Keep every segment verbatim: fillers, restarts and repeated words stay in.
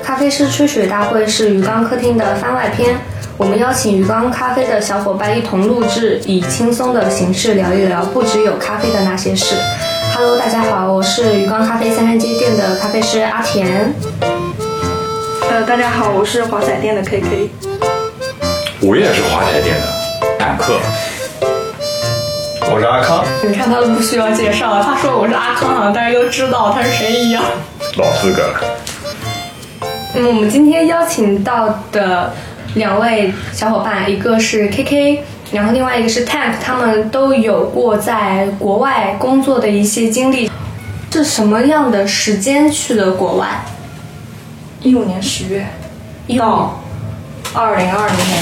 咖啡师吹水大会是鱼缸客厅的番外篇，我们邀请鱼缸咖啡的小伙伴一同录制，以轻松的形式聊一聊不只有咖啡的那些事。Hello， 大家好，我是鱼缸咖啡三山街店的咖啡师阿田。 呃，大家好，我是华仔店的 K K。 我也是华仔店的坦克。我是阿康。 你看他都不需要介绍，他说我是阿康，好像大家都知道他是谁一样。 老资格了。 嗯，我们今天邀请到的两位小伙伴，一个是 K K， 然后另外一个是 Tank， 他们都有过在国外工作的一些经历。是什么样的时间去的国外？ 一五年十月到二零二零年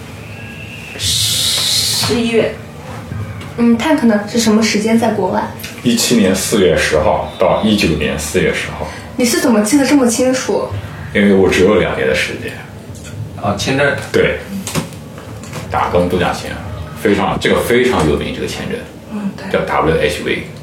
十一月。 嗯 ，Tank 呢是什么时间在国外？ 一七年四月十号到一九年四月十号。 你是怎么记得这么清楚？ 因为我只有两年的时间。 啊，签证。 对，打工度假签，非常这个非常有名，这个签证， 嗯，对， 叫 W H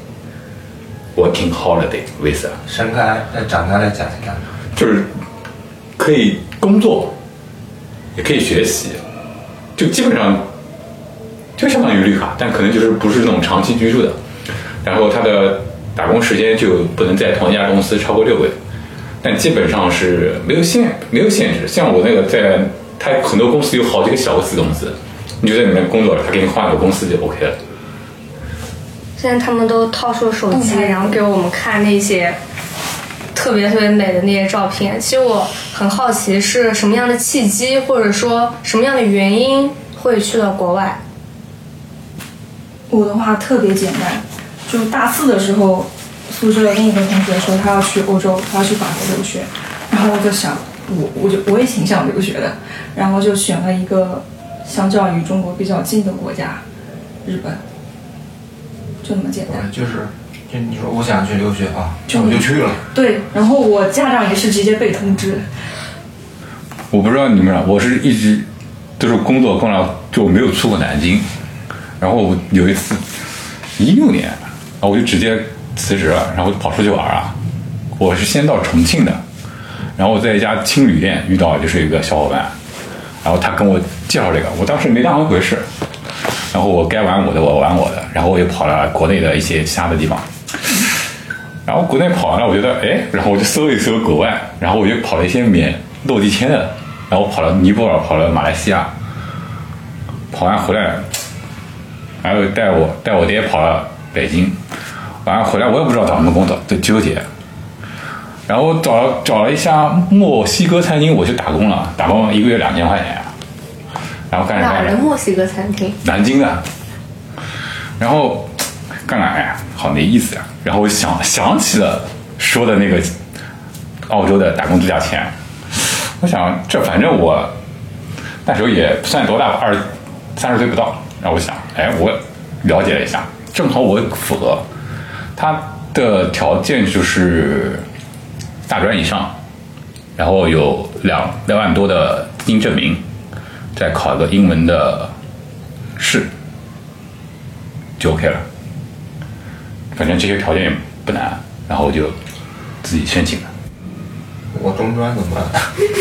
V，Working Holiday Visa。 伸开再展开来讲一讲， 就是可以工作，也可以学习，就基本上就相当于绿卡，但可能就是不是那种长期居住的。然后他的打工时间就不能在同一家公司超过六个月。但基本上是没有限没有限制，像我那个在，他很多公司有好几个小子公司，你就在里面工作了，他给你换个公司就 OK 了。 现在他们都掏出手机，嗯、然后给我们看那些特别特别美的那些照片。其实我很好奇是什么样的契机，或者说什么样的原因会去到国外。 我的话特别简单，就大四的时候。宿舍另一个同学说他要去欧洲，他要去法国留学，然后我就想，我我就我也挺想留学的，然后就选了一个相较于中国比较近的国家，日本，就那么简单。 就是，就你说我想去留学啊，就我就去了。 对，然后我家长也是直接被通知。 我不知道你们，我是一直都是工作工了，就没有出过南京，然后有一次，一六年，然后我就直接。辞职了，然后跑出去玩啊！我是先到重庆的，然后我在一家青旅店遇到就是一个小伙伴，然后他跟我介绍这个，我当时没当回事，然后我该玩我的我玩我的，然后我又跑了国内的一些其他的地方，然后国内跑完了，我觉得哎，然后我就搜一搜国外，然后我就跑了一些免落地签的，然后跑了尼泊尔，跑了马来西亚，跑完回来，然后带我带我爹跑了北京。完了回来我也不知道找什么工作，就纠结。然后我找了找了一下墨西哥餐厅，我去打工了，打工一个月两千块钱。然后干什么？ 哪儿的墨西哥餐厅？ 南京的。然后干啥呀？好没意思呀。然后我想想起了说的那个澳洲的打工度假签，我想这反正我那时候也不算多大，二三十岁不到。然后我想，哎，我了解了一下，正好我符合。他的条件就是大专以上，然后有两两万多的资金证明，再考一个英文的试就 OK 了。反正这些条件也不难，然后我就自己申请了。 我中专怎么办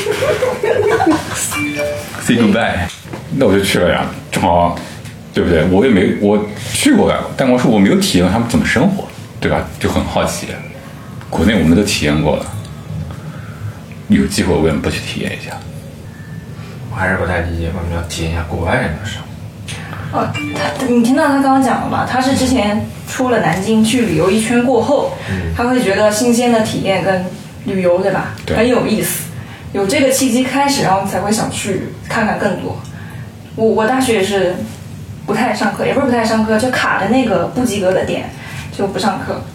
？Say goodbye。那我就去了呀，正好，对不对？我也没我去过呀，但我说我没有体验他们怎么生活。对吧？就很好奇，国内我们都体验过了，有机会为什么不去体验一下？ 我还是不太理解为什么要体验一下国外人的生活。哦，他你听到他刚刚讲了吗？他是之前出了南京去旅游一圈过后，嗯、他会觉得新鲜的体验跟旅游对吧， 对很有意思，有这个契机开始，然后才会想去看看更多。我我大学也是不太上课，也不是不太上课，就卡着那个不及格的点。就不上课，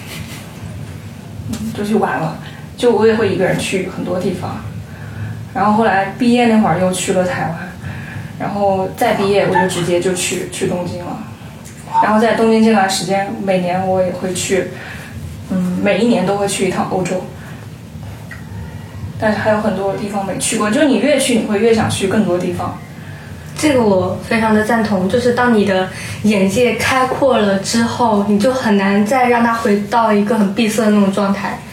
就去玩了。就我也会一个人去很多地方，然后后来毕业那会儿又去了台湾，然后再毕业我就直接就去去东京了。然后在东京这段时间，每年我也会去，嗯，每一年都会去一趟欧洲。但是还有很多地方没去过，就是你越去，你会越想去更多地方。 这个我非常的赞同，就是当你的眼界开阔了之后，你就很难再让它回到一个很闭塞的那种状态。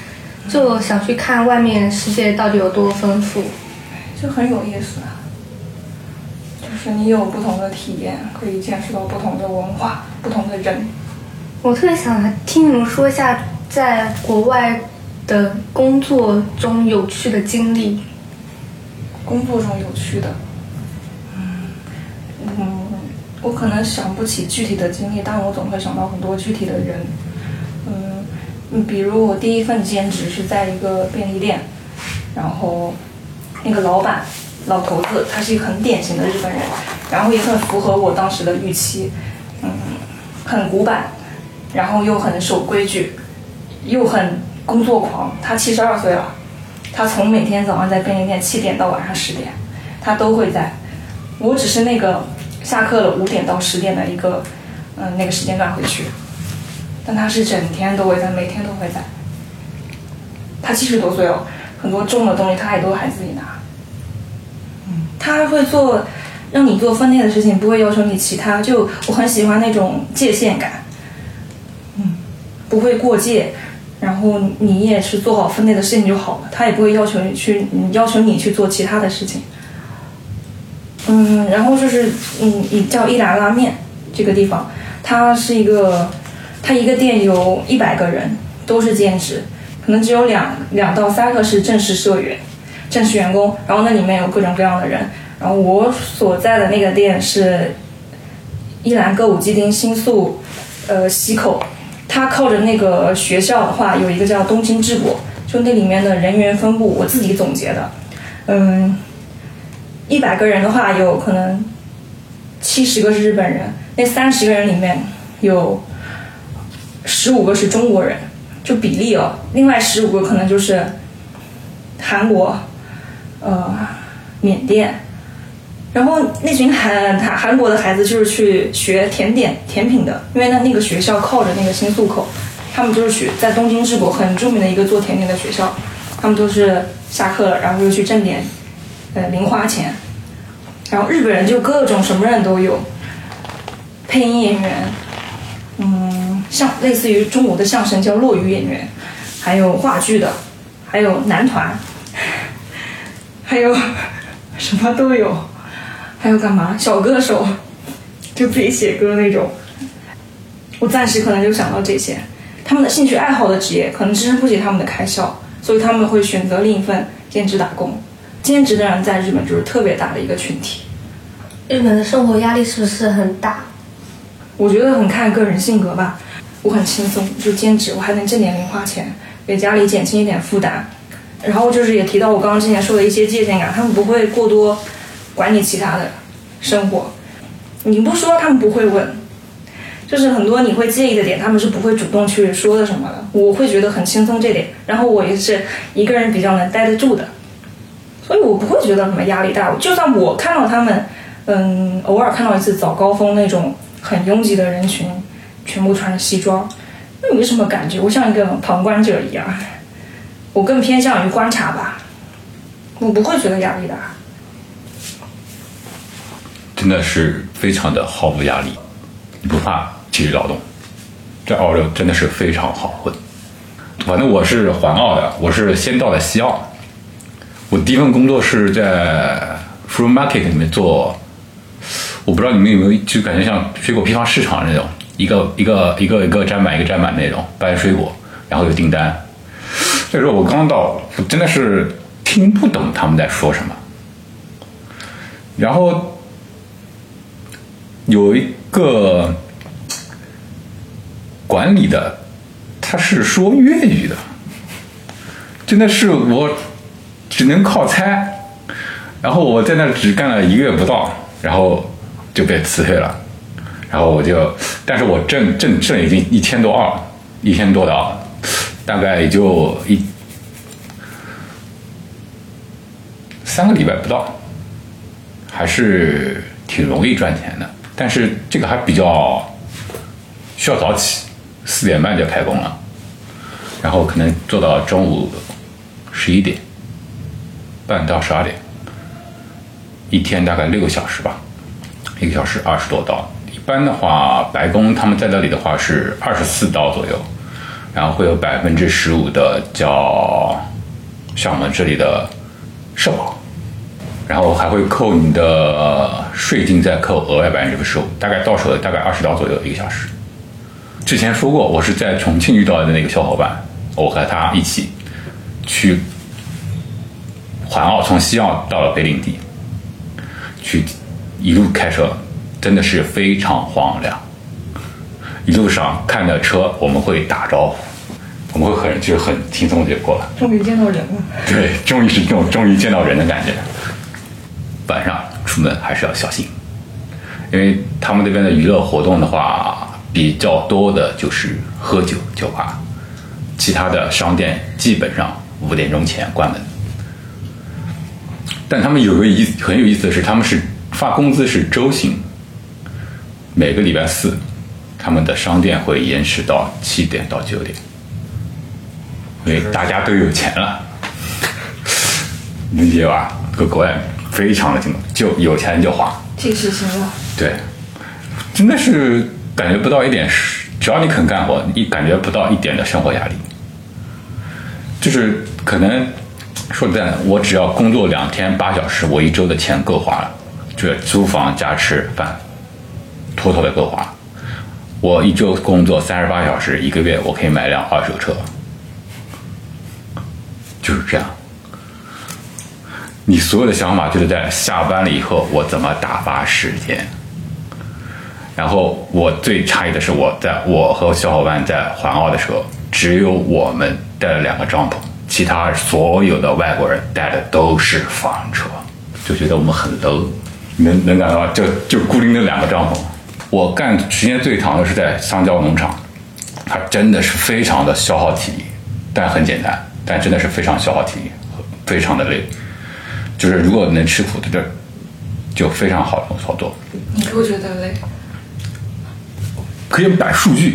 就想去看外面世界到底有多丰富， 就很有意思啊。就是你有不同的体验，可以见识到不同的文化、不同的人。 我特别想听你们说一下在国外的工作中有趣的经历。 工作中有趣的，嗯嗯，我可能想不起具体的经历，但我总会想到很多具体的人。嗯嗯，比如我第一份兼职是在一个便利店，然后那个老板老头子，他是一个很典型的日本人，然后也很符合我当时的预期，嗯，很古板，然后又很守规矩，又很工作狂。他七十二岁了，他从每天早上在便利店七点到晚上十点，他都会在。我只是那个下课了五点到十点的一个，嗯，那个时间段回去，但他是整天都会在，每天都会在。他七十多岁了，很多重的东西他也都还自己拿。嗯，他会做让你做分内的事情，不会要求你其他。就我很喜欢那种界限感，嗯，不会过界。然后你也是做好分内的事情就好了，他也不会要求你去要求你去做其他的事情。嗯，然后就是嗯，叫伊兰拉面这个地方，它是一个，它一个店有一百个人，都是兼职，可能只有两两到三个是正式社员、正式员工，然后那里面有各种各样的人。然后我所在的那个店是伊兰歌舞伎町新宿呃西口。它靠着那个学校的话，有一个叫东京治国，就那里面的人员分布我自己总结的。嗯，一百个人的话，有可能七十个是日本人，那三十个人里面有十五个是中国人，就比例哦。另外十五个可能就是韩国、呃缅甸。然后那群韩韩韩国的孩子就是去学甜点甜品的，因为那那个学校靠着那个新宿口，他们就是学在东京治国很著名的一个做甜点的学校，他们都是下课了，然后就去挣点呃零花钱。然后日本人就各种什么人都有，配音演员，嗯，像类似于中国的相声叫落语演员，还有话剧的，还有男团，还有什么都有。还有干嘛？小歌手，就自己写歌那种。我暂时可能就想到这些。他们的兴趣爱好的职业可能支撑不起他们的开销，所以他们会选择另一份兼职打工。兼职的人在日本就是特别大的一个群体。 日本的生活压力是不是很大？ 我觉得很看个人性格吧。我很轻松，就兼职，我还能挣点零花钱，给家里减轻一点负担。然后就是也提到我刚刚之前说的一些界限感，他们不会过多管你其他的生活，你不说他们不会问，就是很多你会介意的点他们是不会主动去说的什么的，我会觉得很轻松这点。然后我也是一个人比较能待得住的，所以我不会觉得什么压力大。就算我看到他们嗯，偶尔看到一次早高峰那种很拥挤的人群，全部穿着西装，那没什么感觉，我像一个旁观者一样，我更偏向于观察吧，我不会觉得压力大。 真的是非常的毫无压力，你不怕体力劳动，在澳洲真的是非常好混。反正我是环澳的，我是先到的西澳，我第一份工作是在 fruit market 里面做，我不知道你们有没有就感觉像水果批发市场那种，一个一个一个一个砧板一个砧板那种搬水果，然后有订单。所以说我刚到，我真的是听不懂他们在说什么，然后有一个管理的，他是说粤语的，真的是我只能靠猜。然后我在那只干了一个月不到，然后就被辞退了。然后我就，但是我挣挣挣已经一千多二，一千多的啊，大概也就一三个礼拜不到，还是挺容易赚钱的。但是这个还比较需要早起，四点半就开工了，然后可能做到中午十一点半到十二点，一天大概六个小时吧，一个小时二十多刀。一般的话，白宫他们在这里的话是二十四刀左右， 然后会有百分之十五的叫像我们这里的社保，然后还会扣你的税金，再扣额外百分之十五，大概到手大概二十刀左右一个小时。之前说过，我是在重庆遇到的那个小伙伴，我和他一起去环澳，从西澳到了北领地，去一路开车，真的是非常荒凉。一路上看着车，我们会打招呼，我们会很就是很轻松就过了。 终于见到人了。 对，终于是这种终于见到人的感觉。晚上出门还是要小心，因为他们那边的娱乐活动的话，比较多的就是喝酒酒吧，其他的商店基本上五点钟前关门。但他们有个意很有意思的是，他们是发工资是周薪，每个礼拜四，他们的商店会延迟到七点到九点，因为大家都有钱了，理解吧？搁国外非常的轻松，就有钱就花， 及时行乐。 对，真的是感觉不到一点，只要你肯干活，你感觉不到一点的生活压力。就是可能说实在的，我只要工作两天八小时，我一周的钱够花了，就是租房加吃饭，妥妥的够花。我一周工作三十八小时，一个月我可以买辆二手车，就是这样。你所有的想法就是在下班了以后我怎么打发时间。然后我最诧异的是，我在我和小伙伴在环澳的时候，只有我们带了两个帐篷，其他所有的外国人带的都是房车，就觉得我们很 low。能能感到就就孤零零两个帐篷。我干时间最长的是在香蕉农场，它真的是非常的消耗体力，但很简单，但真的是非常消耗体力，非常的累。就是如果能吃苦的这，就非常好的操作。 你不觉得累？ 可以摆数据。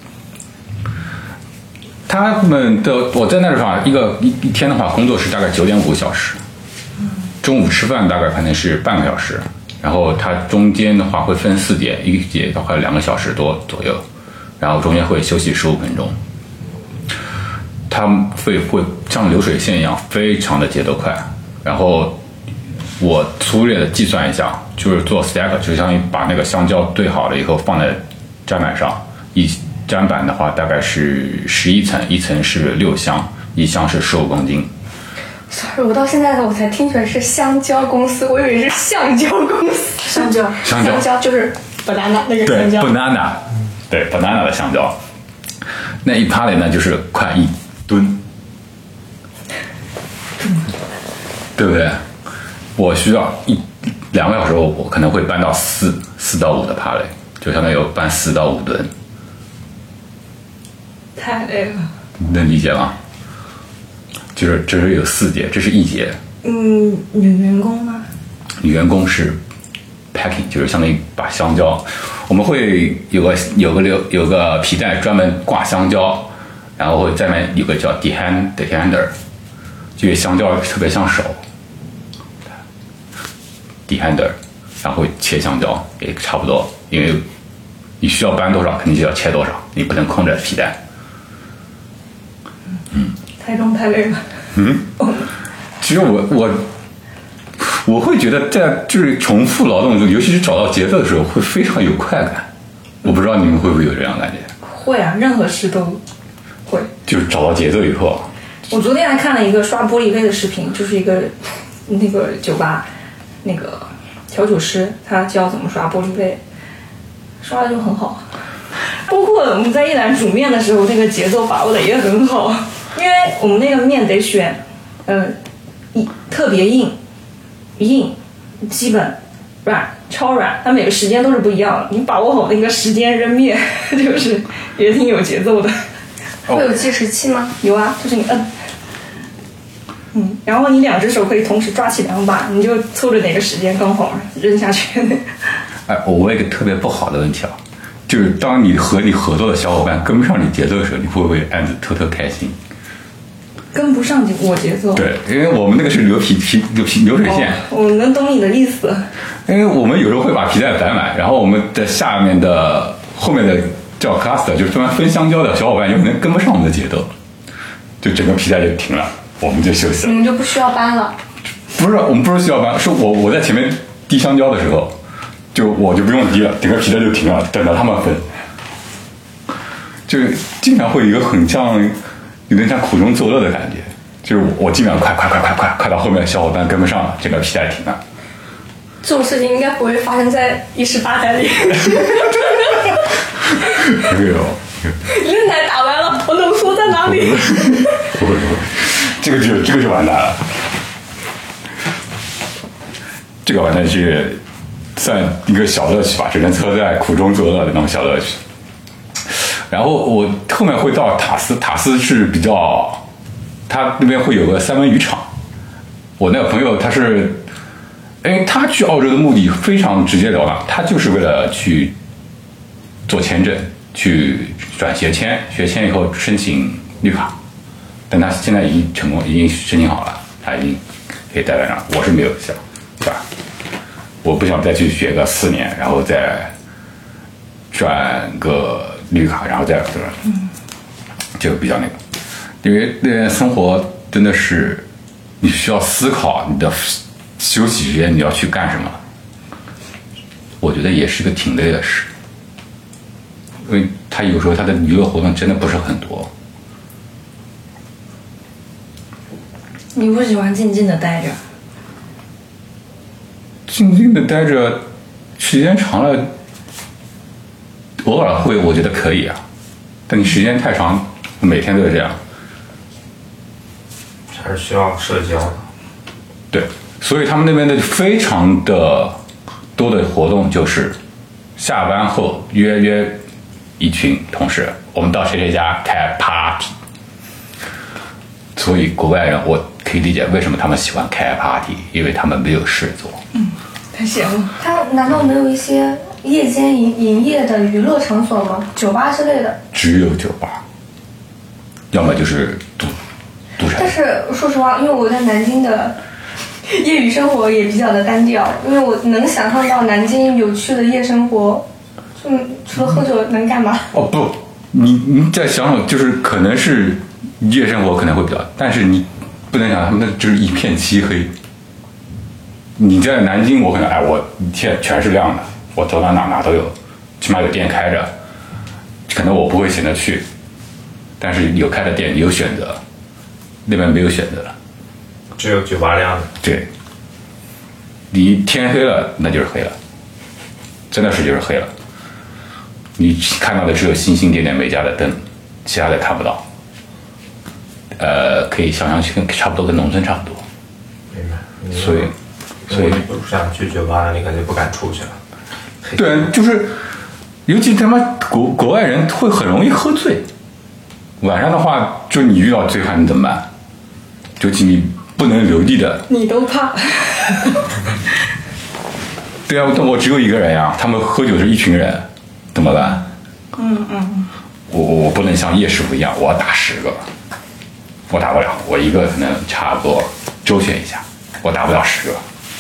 他们的我在那的话，一个一一天的话，工作是大概九点五个小时，中午吃饭大概可能是半个小时，然后它中间的话会分四节，一个节的话两个小时多左右，然后中间会休息十五分钟。他们会会像流水线一样，非常的节奏快。然后我粗略的计算一下，就是做 stack， 就相当于把那个香蕉对好了以后放在砧板上，一砧板的话大概是十一层，一层是六箱，一箱是十五公斤。 sorry， 我到现在我才听出来是香蕉公司，我以为是橡胶公司。 香蕉， 香蕉， 香蕉就是 banana 那个香蕉。 对 banana， 对 banana 的香蕉，那一趴里呢就是快一吨，对不对？我需要一两个小时，我可能会搬到四四到五的趴垒，就相当于搬四到五吨。 太累了。 能理解吗？就是这是有四节，这是一节。 嗯，女员工吗？ 女员工是 packing， 就是相当于把香蕉，我们会有个有个有有个皮带专门挂香蕉，然后会在面有个叫 dehand dehander， 就是香蕉特别像手 dehander， 然后会切香蕉也差不多，因为你需要搬多少肯定就要切多少，你不能空着皮带。 嗯，太重太累了。 嗯，其实我我我会觉得在就是重复劳动中，尤其是找到节奏的时候，会非常有快感。我不知道你们会不会有这样的感觉？ 会啊，任何事都会。 就是找到节奏以后， 我昨天还看了一个刷玻璃杯的视频，就是一个那个酒吧那个调酒师，他教怎么刷玻璃杯，刷的就很好。包括我们在一兰煮面的时候，那个节奏把握的也很好，因为我们那个面得选，呃，一特别硬、硬、基本、软、超软，它每个时间都是不一样的。你把握好那个时间扔面，就是也挺有节奏的。 会有计时器吗？ 有啊，就是你摁，嗯，然后你两只手可以同时抓起两把，你就凑着哪个时间刚好扔下去。 哎，我问一个特别不好的问题啊，就是当你和你合作的小伙伴跟不上你节奏的时候，你会不会暗自偷偷开心？ 跟不上我节奏。 对，因为我们那个是流皮皮流皮流水线、 哦，我能懂你的意思。 因为我们有时候会把皮带摆满，然后我们的下面的后面的叫 cluster， 就是专门分香蕉的小伙伴有可能跟不上我们的节奏，就整个皮带就停了，我们就休息了。 你们就不需要搬了？ 不是，我们不是需要搬，是我我在前面滴香蕉的时候，就我就不用滴了，整个皮带就停了，等着他们分。就经常会有一个很像，有点像苦中作乐的感觉，就是我我尽量快快快快快快到后面小伙伴跟不上了，整个皮带停了。 这种事情应该不会发生在一十八台里。 没有， 六台打完了，我能说在哪里？ 不会不会，这个就这个就完蛋了。这个完蛋是算一个小乐趣吧，只能凑在苦中作乐的那种小乐趣。然后我后面会到塔斯，塔斯是比较，他那边会有个三文鱼场。我那个朋友他是，哎，他去澳洲的目的非常直截了当，他就是为了去做签证，去转学签，学签以后申请绿卡。但他现在已经成功，已经申请好了，他已经可以待在那儿。我是没有想，对吧？我不想再去学个四年，然后再转个绿卡，然后再对吧？嗯，就比较那个，因为那边生活真的是你需要思考你的休息时间你要去干什么，我觉得也是个挺累的事，因为他有时候他的娱乐活动真的不是很多。 你不喜欢静静的待着？ 静静的待着，时间长了，偶尔会，我觉得可以啊。但你时间太长，每天都是这样， 还是需要社交的。 对，所以他们那边的非常的多的活动就是下班后约约一群同事，我们到谁谁家开 party。所以国外人我可以理解为什么他们喜欢开 party， 因为他们没有事做。 嗯，太闲了。 他难道没有一些夜间营营业的娱乐场所吗？酒吧之类的？ 只有酒吧，要么就是赌赌场。 但是说实话，因为我在南京的业余生活也比较的单调，因为我能想象到南京有趣的夜生活，嗯，除了喝酒能干嘛？ 哦不，你你再想想，就是可能是夜生活可能会比较，但是你不能想他们那就是一片漆黑。你在南京，我可能哎，我一切全是亮的，我走到哪哪都有，起码有店开着，可能我不会选择去，但是有开的店有选择，那边没有选择了， 只有酒吧亮的。 对，你天黑了那就是黑了，真的是就是黑了，你看到的只有星星点点每家的灯，其他的看不到。呃，可以想象去跟差不多跟农村差不多。 明白。 所以，所以你不想去酒吧，你可能就不敢出去了。 对，就是，尤其他妈国国外人会很容易喝醉。晚上的话，就你遇到醉汉你怎么办？尤其你不能留地的。 你都怕？ 对啊，但我只有一个人呀，他们喝酒是一群人，怎么办？ 嗯嗯。 我我不能像叶师傅一样，我要打十个。我打不了，我一个可能差不多周旋一下，我打不了十个，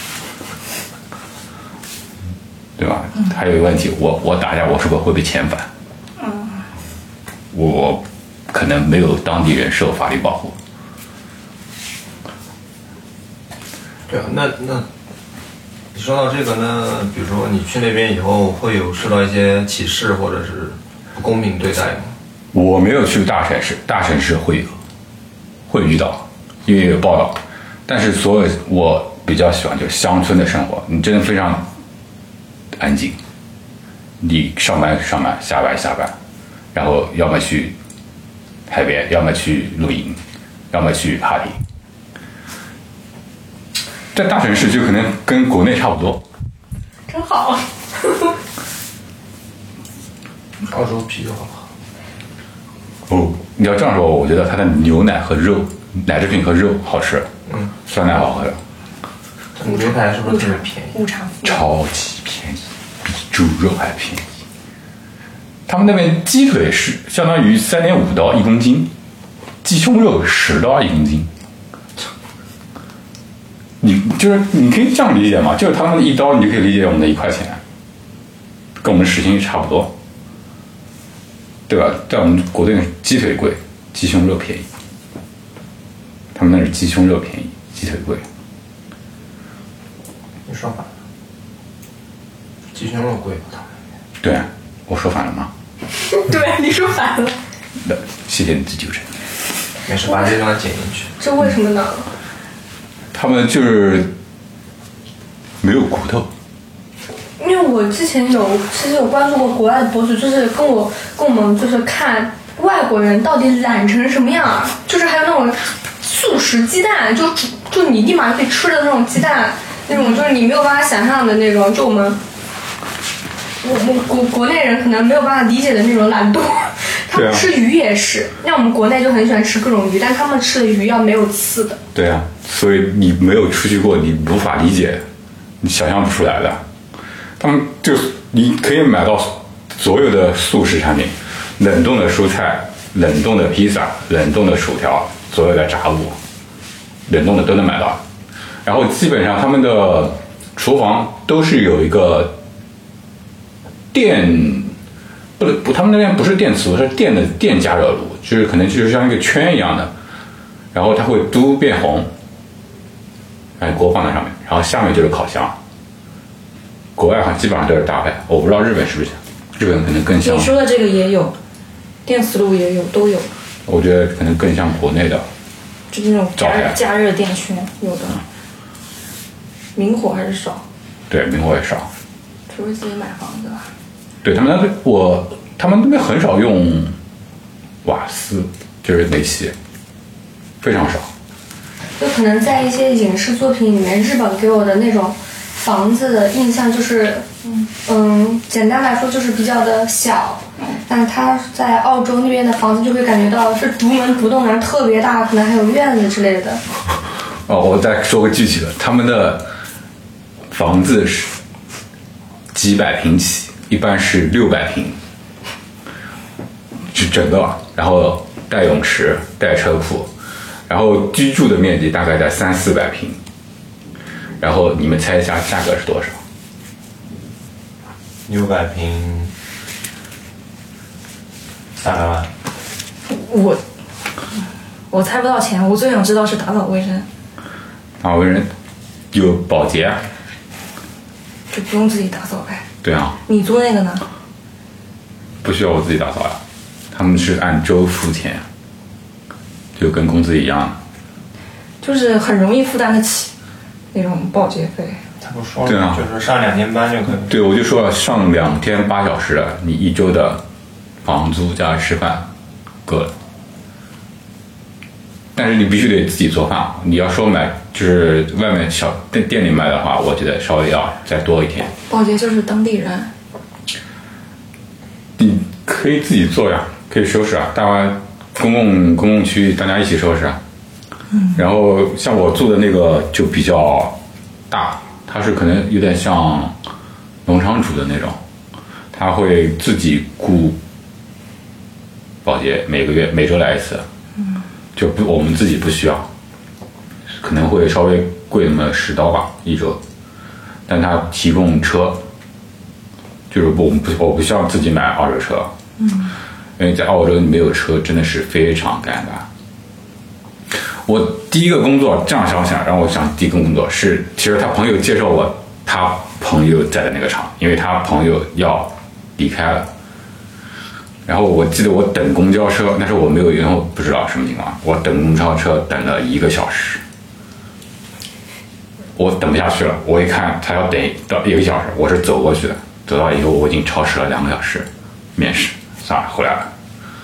对吧？嗯、还有一个问题，我我打架，我是不是会被遣返？ 嗯， 我可能没有当地人受法律保护。 对啊，那那你说到这个呢，比如说你去那边以后，会有受到一些歧视或者是不公平对待吗？ 我没有去大城市，大城市会有。会遇到，因为有报道，但是所有我比较喜欢就是乡村的生活，你真的非常安静，你上班上班，下班下班，然后要么去海边，要么去露营，要么去 party。在大城市就可能跟国内差不多。 真好。 澳洲啤酒好不好？ 哦，你要这样说，我觉得它的牛奶和肉，奶制品和肉好吃， 嗯， 酸奶好喝的。 牛排是不是特别便宜？ 物产超级便宜，比猪肉还便宜。他们那边鸡腿是相当于三点五刀一公斤，鸡胸肉十刀一公斤。你就是你可以这样理解嘛，就是他们的一刀，你就可以理解我们的一块钱，跟我们时薪差不多。 对吧？在我们国内鸡腿贵，鸡胸肉便宜，他们那是鸡胸肉便宜，鸡腿贵。 你说反了，鸡胸肉贵吧？他们对啊，我说反了吗？ 对，你说反了。 那谢谢你的纠正。 没事，把这地方剪进去。 这为什么呢？ 他们就是没有骨头。 因为我之前有其实有关注过国外的博主，就是跟我跟我们就是看外国人到底懒成什么样，就是还有那种速食鸡蛋，就就你立马可以吃的那种鸡蛋，那种就是你没有办法想象的那种，就我们我们国国内人可能没有办法理解的那种懒惰。他们吃鱼也是，那、啊、我们国内就很喜欢吃各种鱼，但他们吃的鱼要没有刺的。 对啊，所以你没有出去过，你无法理解，你想象不出来的。他们就是你可以买到所有的速食产品，冷冻的蔬菜、冷冻的披萨、冷冻的薯条，所有的炸物，冷冻的都能买到。然后基本上他们的厨房都是有一个电。不不，他们那边不是电磁炉，是电的电加热炉，就是可能就是像一个圈一样的，然后它会嘟变红，哎，锅放在上面，然后下面就是烤箱。国外好像基本上都是搭配，我不知道日本是不是，日本可能更像。 你说的这个也有，电磁炉也有，都有。 我觉得可能更像国内的， 就是那种加热加热电圈，有的。明火还是少。 对，明火也少。 除非自己买房子吧。 对他们那边，我他们那边很少用瓦斯，就是煤气，非常少。 就可能在一些影视作品里面，日本给我的那种房子的印象就是，嗯嗯，简单来说就是比较的小，但他在澳洲那边的房子就会感觉到是独门独栋，然后特别大，可能还有院子之类的。 哦，我再说个具体的，他们的房子是几百平起。一般是六百平，是整个，然后带泳池、带车库，然后居住的面积大概在三四百平，然后你们猜一下价格是多少？ 六百平，三百万。 我我猜不到钱，我最想知道是打扫卫生。 打扫卫生有保洁， 就不用自己打扫呗。 对啊， 你租那个呢？ 不需要我自己打扫呀，他们是按周付钱，就跟工资一样。 就是很容易负担得起那种保洁费。 他不说了，啊、就是上两天班就可以。 对，我就说了，上两天八小时，你一周的房租加吃饭够了。但是你必须得自己做饭，你要说买就是外面小店店里卖的话，我觉得稍微要再多一天。 保洁就是当地人， 你可以自己做呀，可以收拾啊，大家公共公共区域大家一起收拾啊。嗯。然后像我住的那个就比较大，它是可能有点像农场主的那种，他会自己雇保洁，每个月每周来一次。嗯。就不我们自己不需要，可能会稍微贵那么十刀吧一周，但他提供车，就是我们不我不需要自己买二手车，嗯，因为在澳洲你没有车真的是非常尴尬。我第一个工作这样想想，让我想第一个工作是，其实他朋友介绍我他朋友在的那个厂，因为他朋友要离开了。然后我记得我等公交车，那时候我没有，因为我不知道什么情况，我等公交车等了一个小时，我等不下去了。我一看他要等到一个小时，我是走过去的，走到以后我已经超时了两个小时，面试，算了，回来了。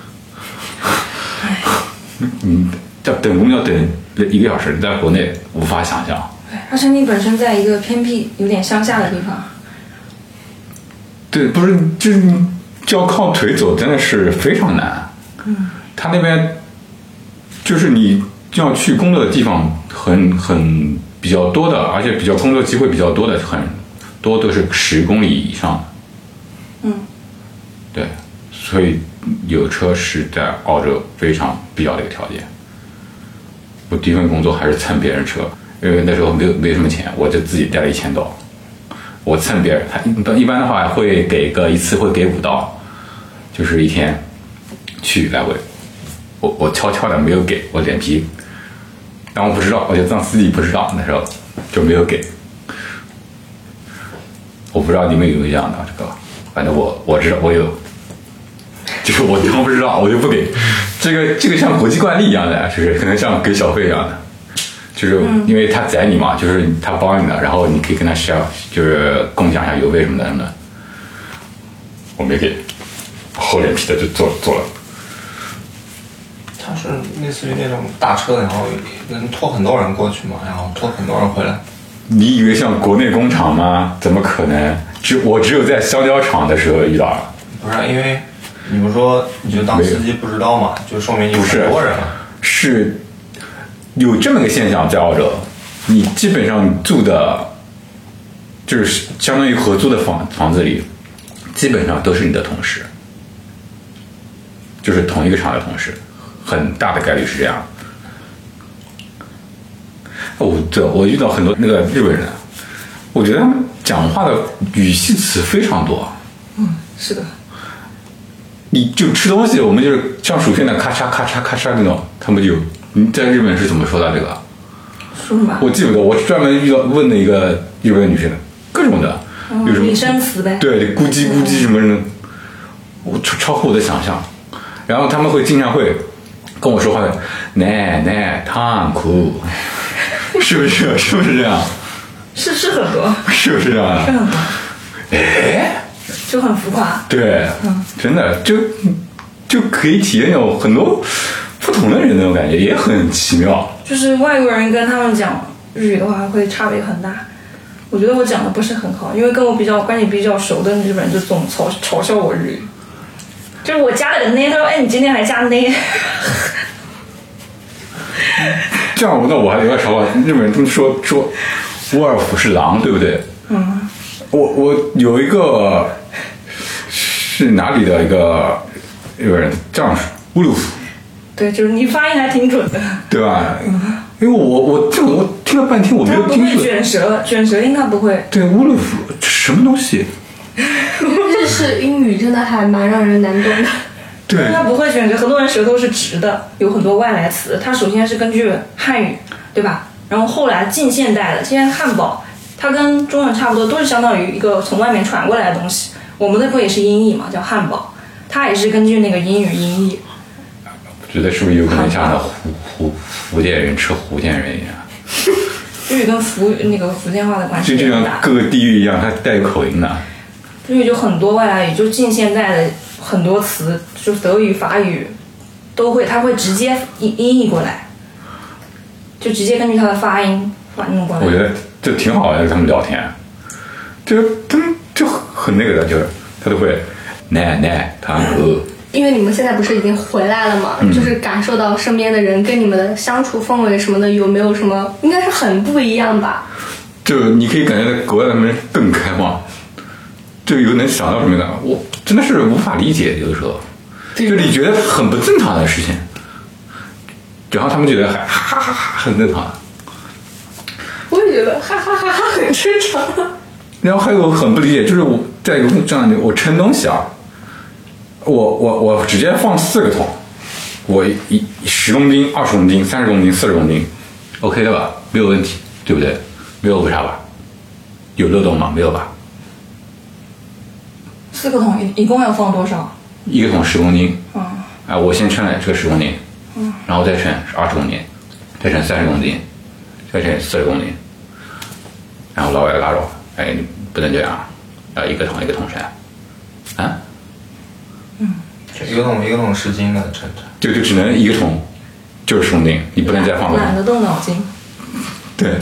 嗯，要等公交等一个小时，在国内无法想象。 而且你本身在一个偏僻、有点乡下的地方。 对，不是，就是你。就要靠腿走，真的是非常难。嗯，他那边就是你要去工作的地方很很比较多的，而且比较工作机会比较多的，很多都是十公里以上的。 嗯， 对，所以有车是在澳洲非常必要的一个条件。我第一份工作还是蹭别人车，因为那时候没有没什么钱，我就自己带了一千刀。我蹭别人，他一般一般的话会给个一次会给五刀，就是一天， 去来回，我我悄悄的没有给，我脸皮，但我不知道，我就当司机不知道，那时候就没有给。我不知道你们有没有这样的这个，反正我我知道我有，就是我当不知道我就不给，这个这个像国际惯例一样的，就是可能像给小费一样的，就是因为他载你嘛，就是他帮你的，然后你可以跟他 share， 就是共享一下邮费什么的什么的。我没给，厚脸皮的就做做了。 它是类似于那种大车，然后能拖很多人过去嘛，然后拖很多人回来。 你以为像国内工厂吗？怎么可能？只我只有在香蕉厂的时候遇到了。 不是，因为你不说你就当司机不知道嘛，就说明有很多人了。 是有这么个现象在澳洲，你基本上你住的，就是相当于合租的房房子里，基本上都是你的同事，就是同一个厂的同事，很大的概率是这样。我对我遇到很多那个日本人，我觉得他们讲话的语气词非常多。 嗯，是的。 你就吃东西，我们就是像薯片的咔嚓咔嚓咔嚓那种，他们有。你在日本是怎么说的这个？ 说什么？ 我记不得，我专门遇到问了一个日本女生的，各种的， 嗯、 有什么拟声词呗？ 对，咕叽咕叽什么什么，我超超乎我的想象。然后他们会经常会跟我说话的，奶奶汤苦。是不是？是不是这样？ 是是很多。 是不是这样？ 是很多。 哎， 就很浮夸。 对，嗯、真的就就可以体验有很多不同的人那种感觉，也很奇妙。 就是外国人跟他们讲日语的话，会差别很大。我觉得我讲的不是很好，因为跟我比较关系比较熟的日本人就总嘲嘲笑我日语。就是我加了个呢，他说：“哎，你今天还加呢。” 这样，那我还有点少。日本人他们说说沃尔夫是狼，对不对？ 嗯。 我我有一个是哪里的一个日本人这样说，乌鲁夫。 对，就是你发音还挺准的， 对吧？嗯、因为我我这我听了半天，我没有听出。他不会卷舌，卷舌音他不会。 对，乌鲁夫什么东西？ 日式英语真的还蛮让人难懂的。 对， 他不会卷舌，很多人舌头是直的，有很多外来词。它首先是根据汉语，对吧？然后后来近现代的，现在汉堡，它跟中文差不多，都是相当于一个从外面传过来的东西。我们那不也是音译嘛，叫汉堡，它也是根据那个英语音译。 我觉得是不是有可能像那福福福建人吃福建人一样？ 日语跟福那个福建话的关系就就像各个地域一样，它带有口音的。 日语就很多外来语，就近现代的很多词，就德语、法语都会，它会直接音音译过来，就直接根据它的发音反弄过来。 我觉得就挺好的，他们聊天，就是他们就很那个的，就是他都会奶奶他和。 因为你们现在不是已经回来了嘛、嗯，就是感受到身边的人跟你们的相处氛围什么的，有没有什么？应该是很不一样吧？ 就你可以感觉到国外他们更开放，就有能想到什么的，我真的是无法理解，有的时候，就你觉得很不正常的事情，然后他们觉得还哈哈哈很正常。 我也觉得哈哈哈哈很正常。 然后还有很不理解，就是我在一个这样的我称东西啊。我我我直接放四个桶，我一十公斤、二十公斤、三十公斤、四十公斤 ，OK 的吧？没有问题，对不对？没有误差吧？有漏洞吗？没有吧？ 四个桶一一共要放多少？ 一个桶十公斤。 嗯。 啊，我先称了这个十公斤，嗯，然后再称二十公斤，再称三十公斤，再称四十公斤，然后老外拉着，哎，你不能这样，啊，一个桶一个桶称，啊。 嗯， 一个桶一个桶十斤的称称， 就就只能一个桶，就是十公斤，你不能再放个桶。 懒得动脑筋。 对。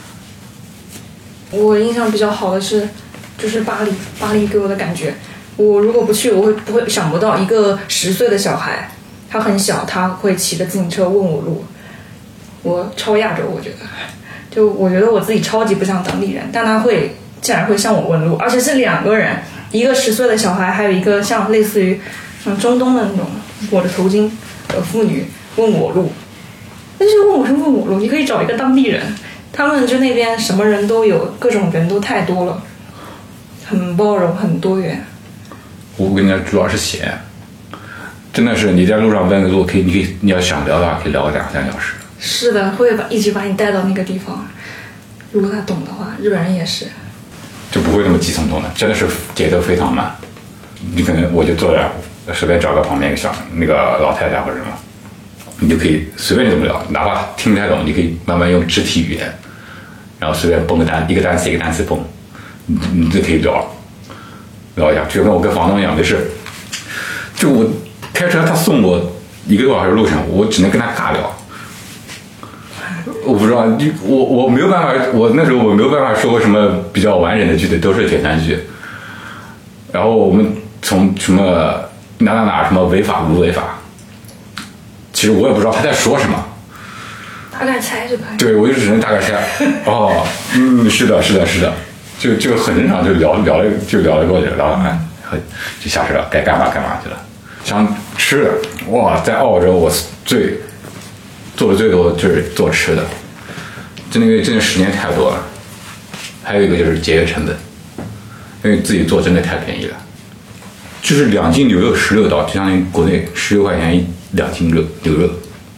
我印象比较好的是，就是巴黎，巴黎给我的感觉，我如果不去，我会不会想不到一个十岁的小孩，他很小，他会骑着自行车问我路，我超亚洲，我觉得，就我觉得我自己超级不像当地人，但他会竟然会向我问路，而且是两个人。一个十岁的小孩，还有一个像类似于像中东的那种裹着头巾的妇女问我路，那就问我是问我路，你可以找一个当地人，他们就那边什么人都有，各种人都太多了，很包容，很多元。 我跟你讲，主要是咸， 真的是你在路上问个路，可以，你可以，你要想聊的话，可以聊个两三个小时。 是的，会把一直把你带到那个地方。如果他懂的话，日本人也是， 就不会那么急匆匆的，真的是节奏非常慢。你可能我就坐这儿，随便找个旁边一个小那个老太太或者什么，你就可以随便怎么聊，哪怕听不太懂，你可以慢慢用肢体语言，然后随便蹦个单，一个单词一个单词蹦，你你就可以聊聊一下，就跟我跟房东一样，就是就我开车他送我一个多小时路上，我只能跟他尬聊。我不知道，我我没有办法，我那时候我没有办法说什么比较完整的句子，都是简单句。然后我们从什么哪哪哪什么违法不违法，其实我也不知道他在说什么， 大概猜就可以。 对，我就只能大概猜。哦，嗯，是的，是的，是的，就就很正常，就聊聊了就聊了过去，聊完就下车了，该干嘛干嘛去了。像吃的，哇，在澳洲我最做的最多的就是做吃的，真的因为真的时间太多了。还有一个就是节约成本，因为自己做真的太便宜了，就是两斤牛肉十六刀，就相当于国内十六块钱一两斤肉牛肉，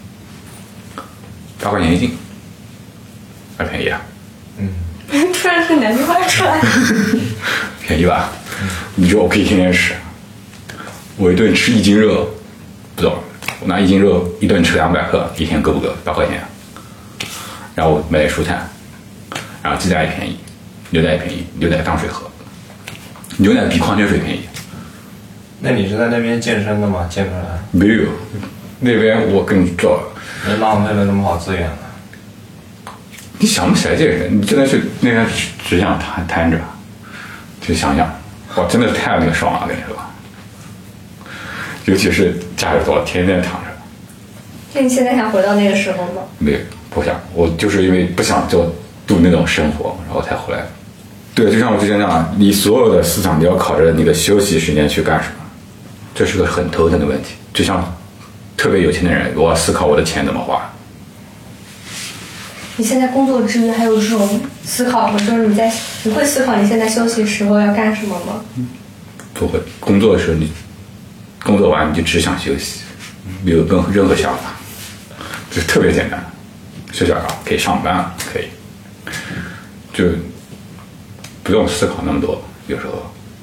八块钱一斤，还便宜啊。 嗯，突然是南京话出来， 便宜吧？你说我可以天天吃，我一顿吃一斤肉，不懂，我拿一斤肉一顿吃两百克，一天够不够？八块钱。然后我买点蔬菜，然后鸡蛋也便宜，牛奶也便宜，牛奶当水喝，牛奶比矿泉水便宜。 那你是在那边健身的吗？健出来？ 没有，那边我跟你说， 人浪费了那么好资源了。 你想不起来这个人，你真的是那边只只想瘫瘫着，就想想，哇，真的太那个爽了，跟你说。尤其是假日多，天天躺着。 那你现在想回到那个时候吗？ 没有，不想，我就是因为不想就度那种生活，然后才回来的。对，就像我之前讲，你所有的思想你要考着你的休息时间去干什么，这是个很头疼的问题。就像特别有钱的人，我要思考我的钱怎么花。 你现在工作之余还有这种思考吗？就是你在你会思考你现在休息时候要干什么吗？ 不会，工作的时候你工作完你就只想休息，没有任何任何想法，就特别简单，休假了可以上班了，可以，就不用思考那么多，有时候。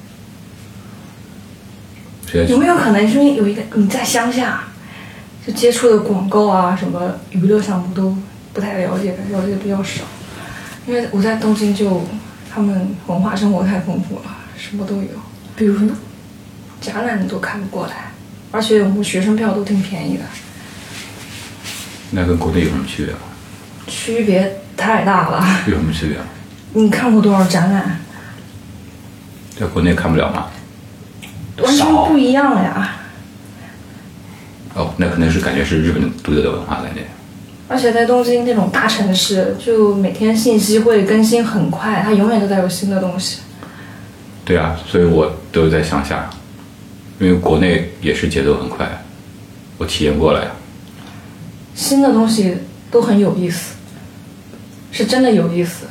有没有可能是因为有一个你在乡下，就接触的广告啊什么娱乐项目都不太了解，了解比较少。因为我在东京就他们文化生活太丰富了，什么都有。比如呢，展览你都看不过来，而且我们学生票都挺便宜的。 那跟国内有什么区别吗？ 区别太大了。 有什么区别？ 你看过多少展览？ 在国内看不了吗？ 完全不一样了呀。 哦，那可能是感觉是日本独有的文化感觉。 而且在东京那种大城市，就每天信息会更新很快，它永远都在有新的东西。 对啊，所以我都在乡下，因为国内也是节奏很快，我体验过了呀。 新的东西都很有意思，是真的有意思。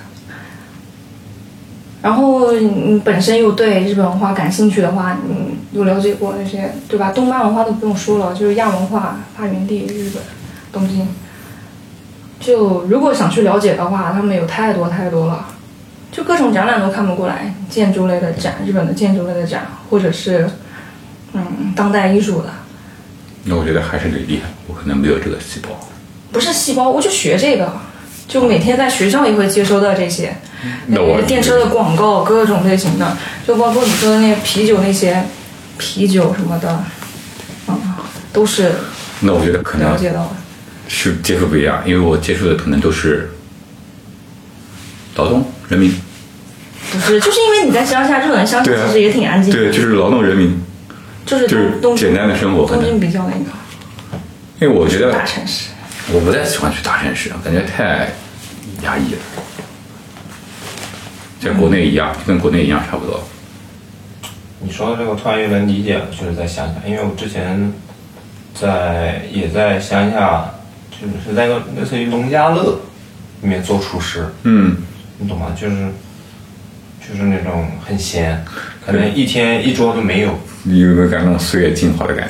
然后你本身又对日本文化感兴趣的话，你有了解过那些，对吧？动漫文化都不用说了，就是亚文化发源地日本东京。就如果想去了解的话，他们有太多太多了，就各种展览都看不过来，建筑类的展，日本的建筑类的展，或者是嗯当代艺术的。 那我觉得还是你厉害，我可能没有这个细胞。 不是细胞，我就学这个，就每天在学校也会接收到这些， 那我电车的广告，各种类型的，就包括你说的那些啤酒那些啤酒什么的，嗯，都是那我觉得可能了解到的。 是接触不一样，因为我接触的可能都是劳动人民。 不是，就是因为你在乡下，日本乡下其实也挺安静的。 对，就是劳动人民， 就是就是简单的生活。 东京比较那个， 因为我觉得大城市， 我不太喜欢去大城市，感觉太压抑了。在国内一样，跟国内一样差不多。 你说的这个突然又能理解了，就是在乡下，因为我之前在也在乡下，就是在个类似于农家乐里面做厨师， 嗯， 你懂吗？就是就是那种很闲，可能一天一桌都没有。 你有没有感觉那种岁月静好的感觉？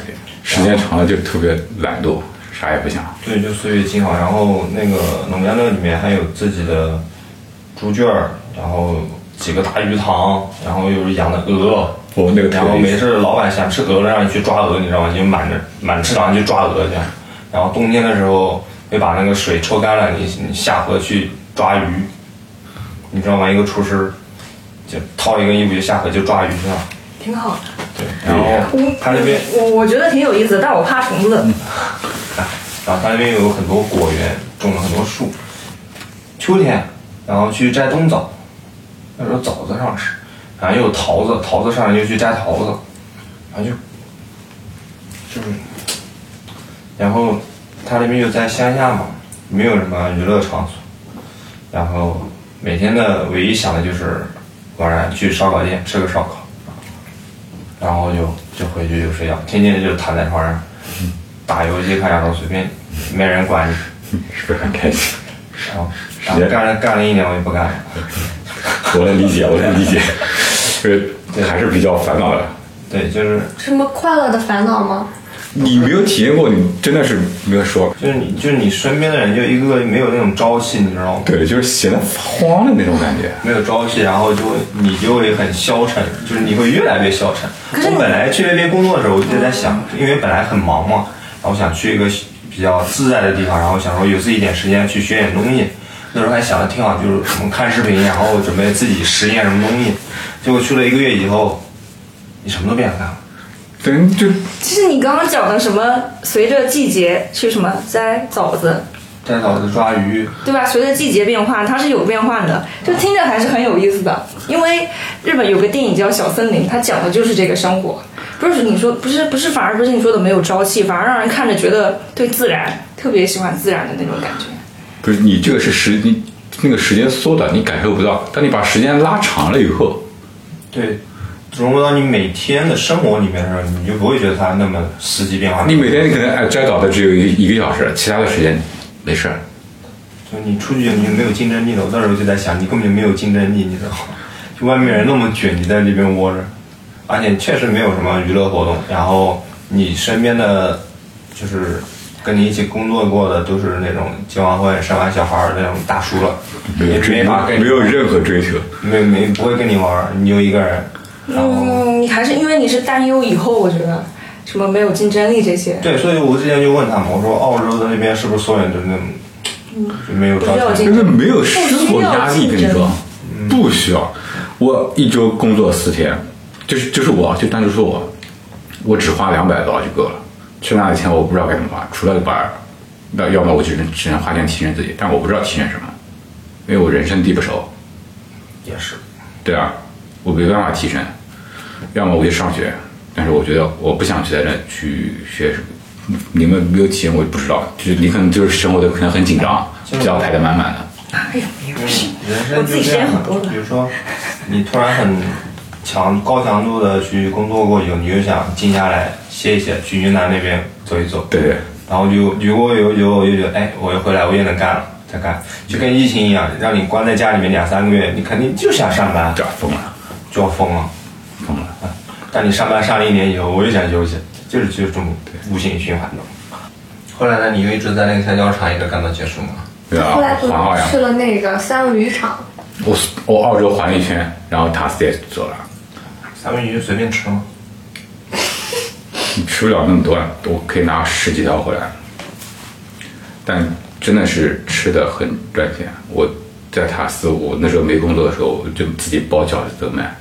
时间长了就特别懒惰，啥也不想。 对，就岁月静好。然后那个农家乐里面还有自己的猪圈儿，然后几个大鱼塘，然后又是养的鹅。 哦，那个特别然后每次老板想吃鹅了，让你去抓鹅，你知道吗？你就满着满池塘去抓鹅去。然后冬天的时候会把那个水抽干了，你你下河去抓鱼，你知道吗？一个厨师就套一个衣服就下河就抓鱼去了。 挺好的。 对，然后他那边我我觉得挺有意思的，但我怕虫子。 嗯然后他那边有很多果园，种了很多树。秋天，然后去摘冬枣，那时候枣子上吃，然后又有桃子，桃子上来就去摘桃子，然后就就是，然后他那边又在乡下嘛，没有什么娱乐场所，然后每天的唯一想的就是晚上去烧烤店吃个烧烤，然后就就回去就睡觉，天天就躺在床上打游戏看小说，随便没人管你， 是不是很开心？ 然后然后干了干了一年我就不干了。 我能理解，我能理解，就是还是比较烦恼的。 对，就是什么快乐的烦恼吗？ 你没有体验过，你真的是没有说。 就是你就是你身边的人就一个个没有那种朝气，你知道吗？ 对，就是显得发慌的那种感觉。 没有朝气，然后就会你就会很消沉，就是你会越来越消沉。我本来去那边工作的时候，我就在想，因为本来很忙嘛，然后我想去一个比较自在的地方，然后想说有自己一点时间去学点东西。那时候还想的挺好，就是我们看视频，然后准备自己实验什么东西。结果去了一个月以后，你什么都不想干了。 对，就其实你刚刚讲的什么，随着季节去什么摘枣子， 摘枣子、抓鱼， 对吧？随着季节变化，它是有变换的，就听着还是很有意思的。因为日本有个电影叫《小森林》，它讲的就是这个生活。不是你说，不是不是，反而不是你说的没有朝气，反而让人看着觉得对自然特别喜欢自然的那种感觉。 不是你这个是时你那个时间缩短，你感受不到。但你把时间拉长了以后， 对，融入到你每天的生活里面的时候，你就不会觉得它那么四季变化。 你每天你可能哎摘枣的只有一一个小时，其他的时间没事儿。 就你出去你就没有竞争力了。我那时候就在想，你根本就没有竞争力，你知道吗？就外面人那么卷，你在这边窝着，而且确实没有什么娱乐活动。然后你身边的就是跟你一起工作过的都是那种结完婚生完小孩的那种大叔了，也没有追没法跟没有任何追求。 没没不会跟你玩，你就一个人。然后嗯，你还是因为你是担忧以后，我觉得什么没有竞争力这些。 对，所以我之前就问他们，我说澳洲的那边是不是所有人都那种就没有不需要朝气竞争因为没有生活压力，跟你说，不需要。我一周工作四天，就是就是我就单独说我，我只花两百多就够了。剩下的钱我不知道该怎么花，除了把，那要么我只能只能花钱提升自己，但我不知道提升什么，因为我人生地不熟。 也是。 对啊，我没办法提升，要么我就上学，但是我觉得我不想去在这去学什么。你们没有体验，我就不知道。就是你可能就是生活的可能很紧张，脚抬得满满的。 哎呀，没有嗯事， 人我自己生就这样时间很多的比如说，你突然很强高强度的去工作过以后，你就想静下来歇一歇，去云南那边走一走。 对对， 然后就如果有有有觉得，哎，我又回来，我也能干了，再干，就跟疫情一样，让你关在家里面两三个月，你肯定就想上班， 这疯了， 就要疯了。 疯了。 但你上班上了一年以后，我又想休息，就是就是这种无形循环的。后来呢，你就一直在那个橡胶厂一直干到结束吗？ 对啊， 后来不环澳呀去，了那个三文鱼场， 我我澳洲环了一圈，然后塔斯也走了。 三文鱼随便吃吗？ 你吃不了那么多，我可以拿十几条回来。但真的是吃的很赚钱。我在塔斯，我那时候没工作的时候，我就自己包饺子都卖。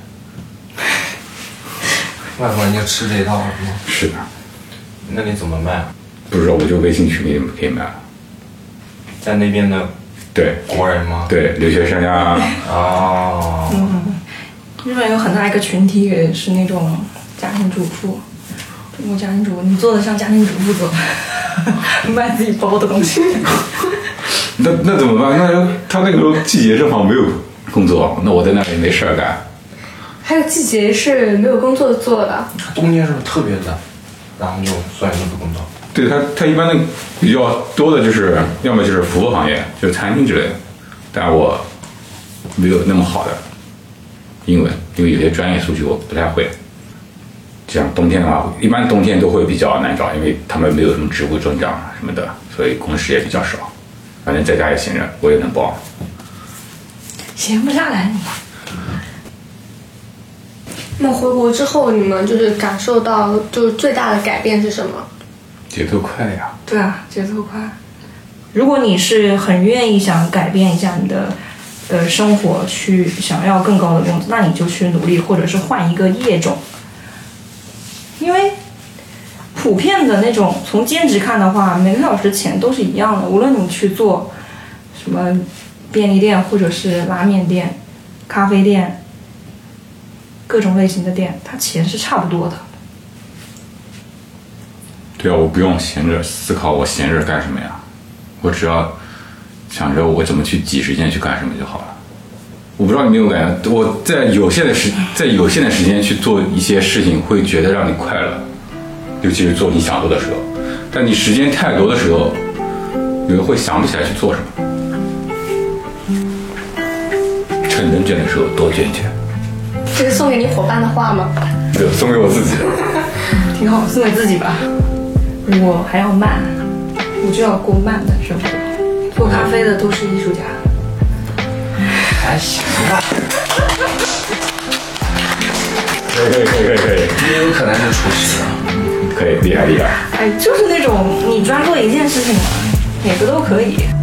外国人就吃这一套是吗？ 是的， 那你怎么卖？ 不知道，我就微信群里可以卖。 在那边的对国人吗？ 对，留学生呀， 哦， 日本有很大一个群体也是那种家庭主妇，中国家庭主妇，你做的像家庭主妇做的，卖自己包的东西。 那那怎么办？那他那个时候季节正好没有工作，那我在那里没事儿干。 还有季节是没有工作做的。 冬天是不是特别冷？然后就所有人都不工作。 对他，他一般的比较多的就是要么就是服务行业，就是餐厅之类的，但我没有那么好的英文，因为有些专业术语我不太会。 这样冬天的话，一般冬天都会比较难找，因为他们没有什么植物增长什么的，所以工时也比较少。反正在家也闲着，我也能包。 闲不下来你。 那么回国之后，你们就是感受到就是最大的改变是什么？ 节奏快呀。 对啊，节奏快。如果你是很愿意想改变一下你的呃生活，去想要更高的工资，那你就去努力，或者是换一个业种。因为普遍的那种从兼职看的话，每个小时钱都是一样的，无论你去做什么便利店，或者是拉面店、咖啡店，各种类型的店，它钱是差不多的。 对啊，我不用闲着思考我闲着干什么呀，我只要想着我怎么去挤时间去干什么就好了。我不知道你没有感觉，我在有限的时在有限的时间去做一些事情，会觉得让你快乐，尤其是做你想做的时候。但你时间太多的时候，有的会想不起来去做什么。趁能卷的时候多卷卷。 这是送给你伙伴的话吗？ 对，送给我自己的。 挺好，送给自己吧。我还要慢，我就要过慢的生活。做咖啡的都是艺术家。 还行吧。 可以可以可以可以可以， 也有可能是厨师。 可以厉害厉害。 哎，就是那种你专做一件事情嘛，哪个都可以。